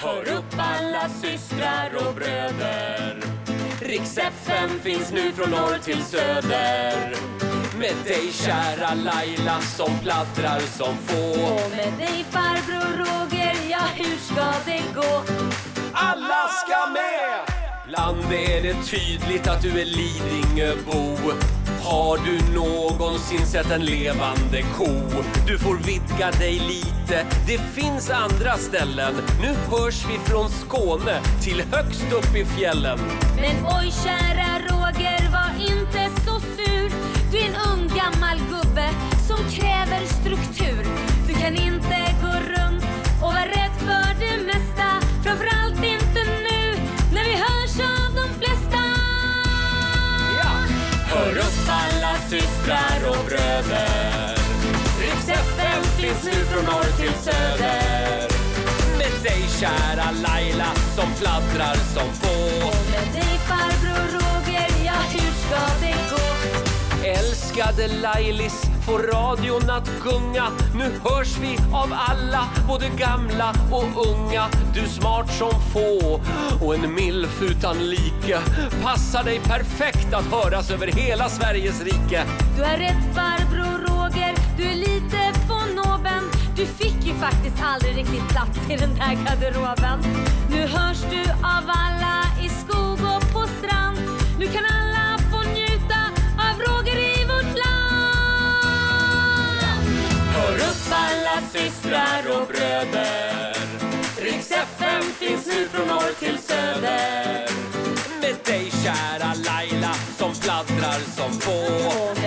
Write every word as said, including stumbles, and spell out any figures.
Hör upp alla systrar och bröder. Riks F M finns nu från norr till söder. Med dig kära Laila som pladdrar som få. Och med dig farbror Roger, ja hur ska det gå? Alla ska med! Ibland är det tydligt att du är Lidingöbo. Har du någonsin sett en levande ko? Du får vidga dig lite, det finns andra ställen. Nu hörs vi från Skåne till högst upp i fjällen. Men oj kära Roger, var inte så sur. Du är en ung gammal gubbe som kräver struktur. Du kan inte gå runt och vara rädd för det mesta. Framförallt inte nu när vi hörs av de flesta. Ja. Hör upp alla systrar och bröder. Riks F M finns nu från norr till söder. Med dig kära Laila som pladdrar som få. Och med dig farbror Roger, ja hur ska det gå? Älskade Lailis, får radion att gunga. Nu hörs vi av alla, både gamla och unga. Du smart som få och en milf utan like. Passar dig perfekt att höras över hela Sveriges rike. Du har rätt farbror Roger, du är lite på nåben. Du fick ju faktiskt aldrig riktigt plats i den där garderoben. Nu hörs du av alla i skog och på strand. Nu kan alla få njuta av Roger i vårt land. Hör upp alla systrar och bröder. Riks F M finns nu från norr till söder. Med dig kära Laila som pladdrar som få.